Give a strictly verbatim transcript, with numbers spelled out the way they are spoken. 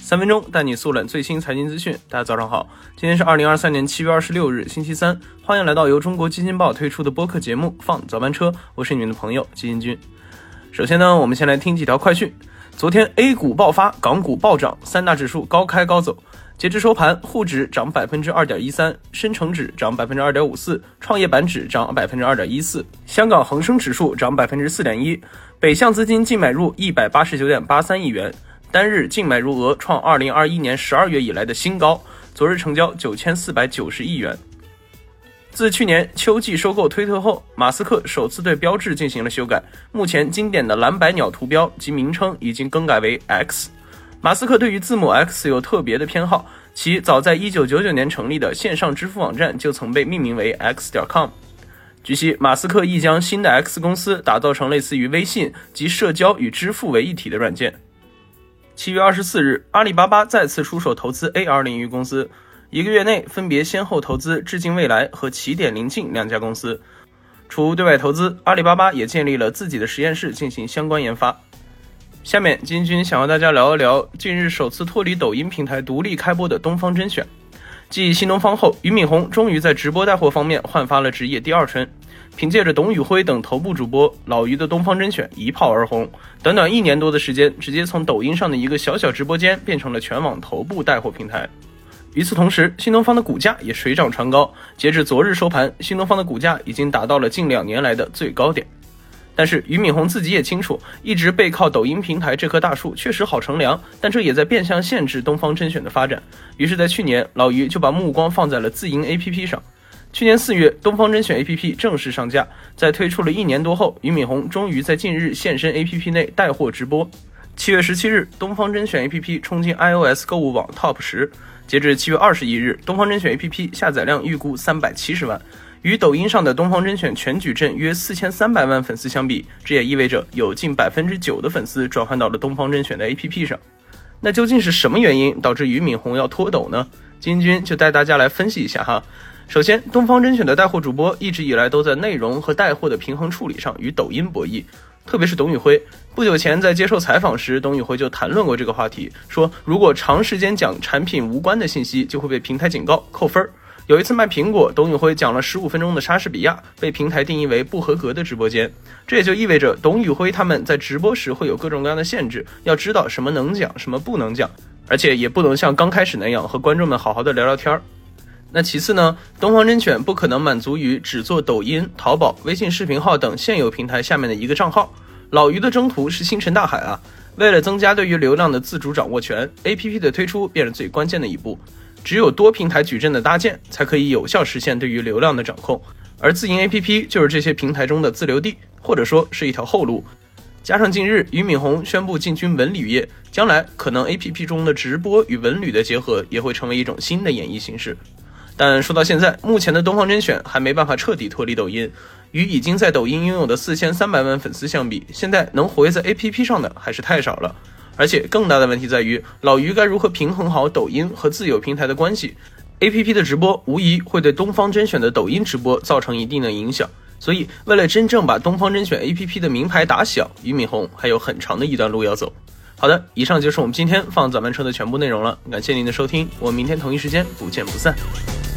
三分钟带你速览最新财经资讯。大家早上好，今天是二零二三年七月二十六日，星期三。欢迎来到由中国基金报推出的播客节目《放早班车》，我是你们的朋友基金君。首先呢，我们先来听几条快讯。昨天 A 股爆发，港股暴涨，三大指数高开高走。截至收盘，沪指涨 百分之二点一三， 深成指涨 百分之二点五四， 创业板指涨 百分之二点一四， 香港恒生指数涨 百分之四点一， 北向资金净买入 一百八十九点八三亿元，单日净买入额创二零二一年十二月以来的新高，昨日成交九千四百九十亿元。自去年秋季收购推特后，马斯克首次对标志进行了修改，目前经典的蓝白鸟图标及名称已经更改为 X。 马斯克对于字母 X 有特别的偏好，其早在一九九九年成立的线上支付网站就曾被命名为 X 点 com。 据悉，马斯克亦将新的 X 公司打造成类似于微信及社交与支付为一体的软件。七月二十四日，阿里巴巴再次出手投资 A R 领域公司，一个月内分别先后投资致敬未来和起点临近两家公司。除对外投资，阿里巴巴也建立了自己的实验室进行相关研发。下面金军想和大家聊一聊近日首次脱离抖音平台独立开播的东方甄选。继新东方后，俞敏洪终于在直播带货方面焕发了职业第二春。凭借着董宇辉等头部主播，老俞的东方甄选一炮而红，短短一年多的时间，直接从抖音上的一个小小直播间变成了全网头部带货平台。与此同时，新东方的股价也水涨船高，截至昨日收盘，新东方的股价已经达到了近两年来的最高点。但是俞敏洪自己也清楚，一直背靠抖音平台这棵大树确实好乘凉，但这也在变相限制东方甄选的发展。于是在去年，老俞就把目光放在了自营 A P P 上。去年四月，东方甄选 A P P 正式上架，在推出了一年多后，俞敏洪终于在近日现身 A P P 内带货直播。七月十七日，东方甄选 A P P 冲进 iOS 购物网 Top 十，截至七月二十一日，东方甄选 A P P 下载量预估三百七十万，与抖音上的东方甄选全矩阵约四千三百万粉丝相比，这也意味着有近 百分之九 的粉丝转换到了东方甄选的 A P P 上。那究竟是什么原因导致俞敏洪要脱抖呢？金军就带大家来分析一下哈。首先，东方甄选的带货主播一直以来都在内容和带货的平衡处理上与抖音博弈，特别是董宇辉。不久前在接受采访时，董宇辉就谈论过这个话题，说如果长时间讲产品无关的信息，就会被平台警告扣分。有一次卖苹果，董宇辉讲了十五分钟的莎士比亚，被平台定义为不合格的直播间。这也就意味着董宇辉他们在直播时会有各种各样的限制，要知道什么能讲，什么不能讲，而且也不能像刚开始那样和观众们好好的聊聊天。那其次呢，东方甄选不可能满足于只做抖音、淘宝、微信视频号等现有平台下面的一个账号。老俞的征途是星辰大海啊！为了增加对于流量的自主掌握权， A P P 的推出便是最关键的一步。只有多平台矩阵的搭建，才可以有效实现对于流量的掌控。而自营 A P P 就是这些平台中的自留地，或者说是一条后路。加上近日俞敏洪宣布进军文旅业，将来可能 A P P 中的直播与文旅的结合也会成为一种新的演绎形式。但说到现在，目前的东方甄选还没办法彻底脱离抖音，与已经在抖音拥有的四千三百万粉丝相比，现在能活跃在 A P P 上的还是太少了。而且更大的问题在于，老俞该如何平衡好抖音和自有平台的关系。 A P P 的直播无疑会对东方甄选的抖音直播造成一定的影响，所以为了真正把东方甄选 A P P 的名牌打响，俞敏洪还有很长的一段路要走。好的，以上就是我们今天放早班车的全部内容了，感谢您的收听，我们明天同一时间不见不散。